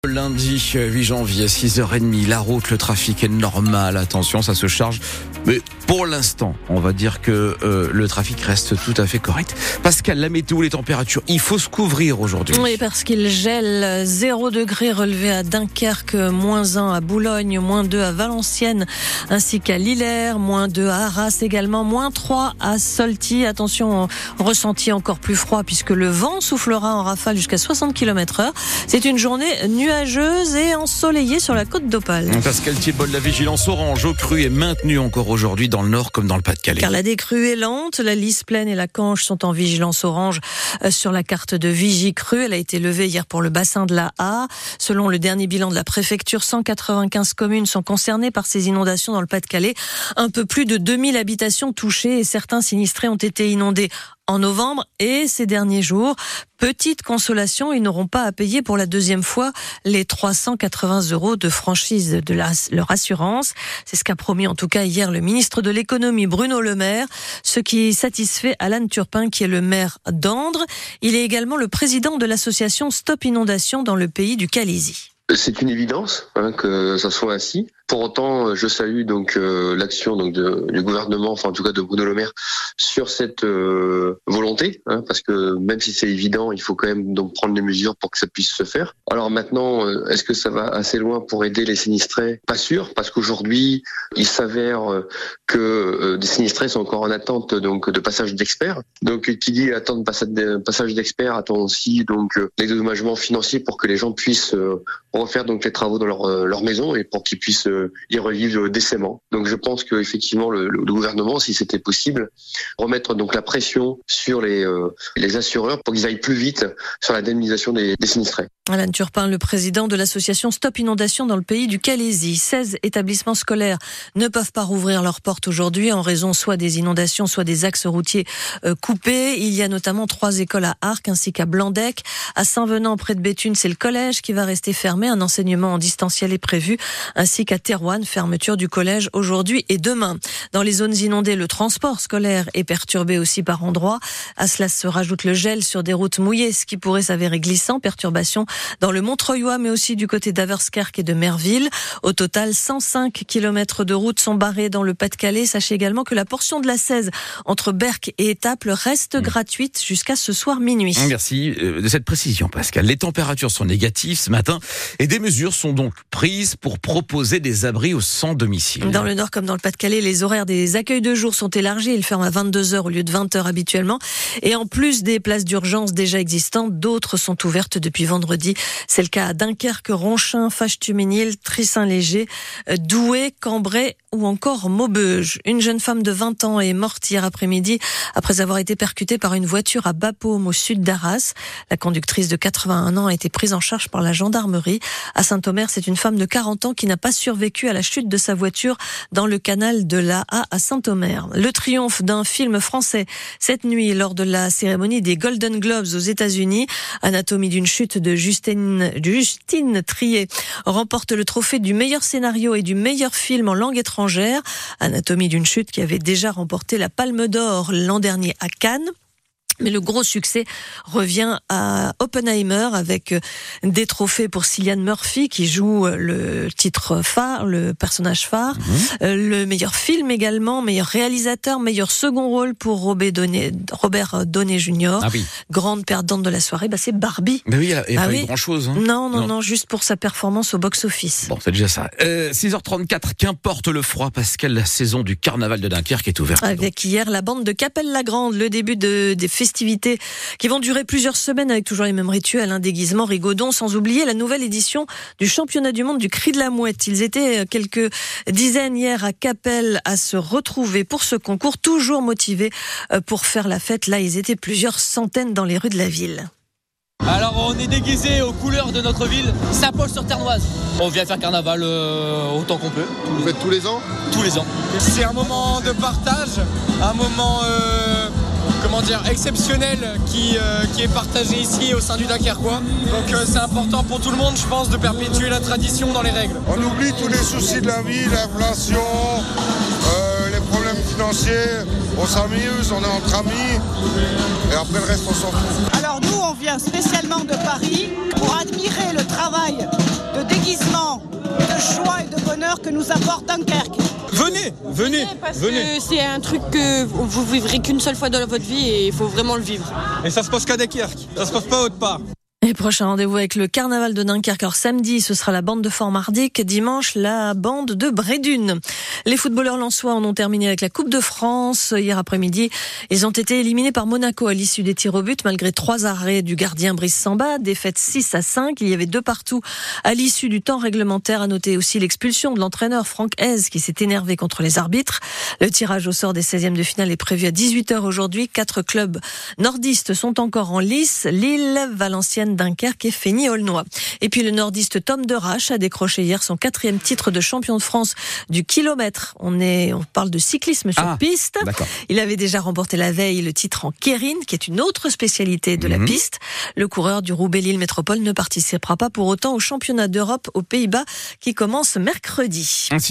Lundi 8 janvier, 6h30, la route, le trafic est normal, attention, ça se charge. Mais pour l'instant, on va dire que le trafic reste tout à fait correct. Pascal, la météo, les températures, il faut se couvrir aujourd'hui. Oui, parce qu'il gèle, 0 degré relevé à Dunkerque, -1 à Boulogne, -2 à Valenciennes, ainsi qu'à Lillers, -2 à Arras également, -3 à Solty. Attention, ressenti encore plus froid puisque le vent soufflera en rafale jusqu'à 60 km/h. C'est une journée nuageuse et ensoleillée sur la côte d'Opale. Pascal Thibault, la vigilance orange aux crues est maintenue encore aujourd'hui dans le nord comme dans le Pas-de-Calais. Car la décrue est lente, la Lys Plaine et la Canche sont en vigilance orange sur la carte de Vigicrue. Elle a été levée hier pour le bassin de la A. Selon le dernier bilan de la préfecture, 195 communes sont concernées par ces inondations dans le Pas-de-Calais. Un peu plus de 2000 habitations touchées et certains sinistrés ont été inondés en novembre et ces derniers jours. Petite consolation, ils n'auront pas à payer pour la deuxième fois les 380 € de franchise de leur assurance. C'est ce qu'a promis en tout cas hier le ministre de l'économie Bruno Le Maire, ce qui satisfait Alan Turpin qui est le maire d'Andres. Il est également le président de l'association Stop Inondation dans le pays du Calaisis. C'est une évidence que ça soit ainsi. Pour autant, je salue donc l'action du gouvernement, enfin en tout cas de Bruno Le Maire, sur cette volonté, parce que même si c'est évident, il faut quand même donc prendre des mesures pour que ça puisse se faire. Alors maintenant, est-ce que ça va assez loin pour aider les sinistrés ? Pas sûr, parce qu'aujourd'hui, il s'avère que des sinistrés sont encore en attente donc de passage d'experts. Donc qui dit attendre passage d'experts attend aussi donc les dédommagements financiers pour que les gens puissent refaire donc les travaux dans leur maison et pour qu'ils puissent y revivre décemment. Donc je pense que effectivement le gouvernement, si c'était possible, remettre donc la pression sur les assureurs pour qu'ils aillent plus vite sur l'indemnisation des sinistrés. Alan Turpin, le président de l'association Stop Inondation dans le pays du Calaisis. 16 établissements scolaires ne peuvent pas rouvrir leurs portes aujourd'hui en raison soit des inondations, soit des axes routiers coupés. Il y a notamment 3 écoles à Arques ainsi qu'à Blandec. À Saint-Venant, près de Béthune, c'est le collège qui va rester fermé. Un enseignement en distanciel est prévu, ainsi qu'à Thérouanne, fermeture du collège aujourd'hui et demain. Dans les zones inondées, le transport scolaire est perturbé aussi par endroits. À cela se rajoute le gel sur des routes mouillées, ce qui pourrait s'avérer glissant. Perturbation dans le Montreuilois, mais aussi du côté d'Averskerk et de Merville. Au total, 105 km de routes sont barrés dans le Pas-de-Calais. Sachez également que la portion de la 16 entre Berck et Étaples reste gratuite jusqu'à ce soir minuit. Merci de cette précision, Pascal. Les températures sont négatives ce matin et des mesures sont donc prises pour proposer des abris aux sans-domicile. Dans le Nord comme dans le Pas-de-Calais, les horaires des accueils de jour sont élargis. Ils ferment à 22h au lieu de 20h habituellement. Et en plus des places d'urgence déjà existantes, d'autres sont ouvertes depuis vendredi. C'est le cas à Dunkerque, Ronchin, Fâche-Tuménil, Trissin-Léger, Douai, Cambrai ou encore Maubeuge. Une jeune femme de 20 ans est morte hier après-midi après avoir été percutée par une voiture à Bapaume au sud d'Arras. La conductrice de 81 ans a été prise en charge par la gendarmerie. À Saint-Omer, c'est une femme de 40 ans qui n'a pas survécu à la chute de sa voiture dans le canal de la A à Saint-Omer. Le triomphe d'un film français cette nuit lors de la cérémonie des Golden Globes aux États-Unis. Anatomie d'une chute de Justine Triet remporte le trophée du meilleur scénario et du meilleur film en langue étrangère. Anatomie d'une chute qui avait déjà remporté la Palme d'Or l'an dernier à Cannes. Mais le gros succès revient à Oppenheimer avec des trophées pour Cillian Murphy qui joue le titre phare, le personnage phare. Le meilleur film également, meilleur réalisateur, meilleur second rôle pour Robert Downey Jr. Ah oui. Grande perdante de la soirée, c'est Barbie. Mais oui, il n'y a pas eu grand-chose. Non, juste pour sa performance au box-office. Bon, c'est déjà ça. 6h34, qu'importe le froid, Pascal, la saison du carnaval de Dunkerque est ouverte. Avec hier la bande de Capelle-la-Grande, le début des festivités qui vont durer plusieurs semaines avec toujours les mêmes rituels, déguisements, rigodons, sans oublier la nouvelle édition du championnat du monde du cri de la mouette. Ils étaient quelques dizaines hier à Capelle à se retrouver pour ce concours, toujours motivés pour faire la fête. Là, ils étaient plusieurs centaines dans les rues de la ville. Alors on est déguisé aux couleurs de notre ville, Saint-Paul-sur-Ternoise. On vient faire carnaval autant qu'on peut. Vous faites tous les ans ? Tous les ans. C'est un moment de partage, un moment exceptionnel qui est partagé ici au sein du Dunkerquois. Donc c'est important pour tout le monde, je pense, de perpétuer la tradition dans les règles. On oublie tous les soucis de la vie, l'inflation, les problèmes financiers. On s'amuse, on est entre amis et après le reste on s'en fout. Alors nous on vient spécialement de Paris pour admirer le travail bonheur que nous apporte Dunkerque. Venez, parce que c'est un truc que vous vivrez qu'une seule fois dans votre vie et il faut vraiment le vivre. Et ça se passe qu'à Dunkerque, ça se passe pas autre part. Et prochain rendez-vous avec le carnaval de Dunkerque. Alors samedi, ce sera la bande de Fort-Mardic. Dimanche, la bande de Brédune. Les footballeurs lensois en ont terminé avec la Coupe de France. Hier après-midi, ils ont été éliminés par Monaco à l'issue des tirs au but, malgré 3 arrêts du gardien Brice Samba. Défaite 6-5. Il y avait 2 partout à l'issue du temps réglementaire. À noter aussi l'expulsion de l'entraîneur Franck Hez, qui s'est énervé contre les arbitres. Le tirage au sort des 16e de finale est prévu à 18h aujourd'hui. 4 clubs nordistes sont encore en lice. Lille, Valenciennes, Dunkerque et Feigny-Aulnois. Et puis le nordiste Tom Derache a décroché hier son 4e titre de champion de France du kilomètre. On parle de cyclisme sur piste. D'accord. Il avait déjà remporté la veille le titre en kérine, qui est une autre spécialité de la piste. Le coureur du Roubaix-Lille Métropole ne participera pas pour autant au championnat d'Europe aux Pays-Bas qui commence mercredi.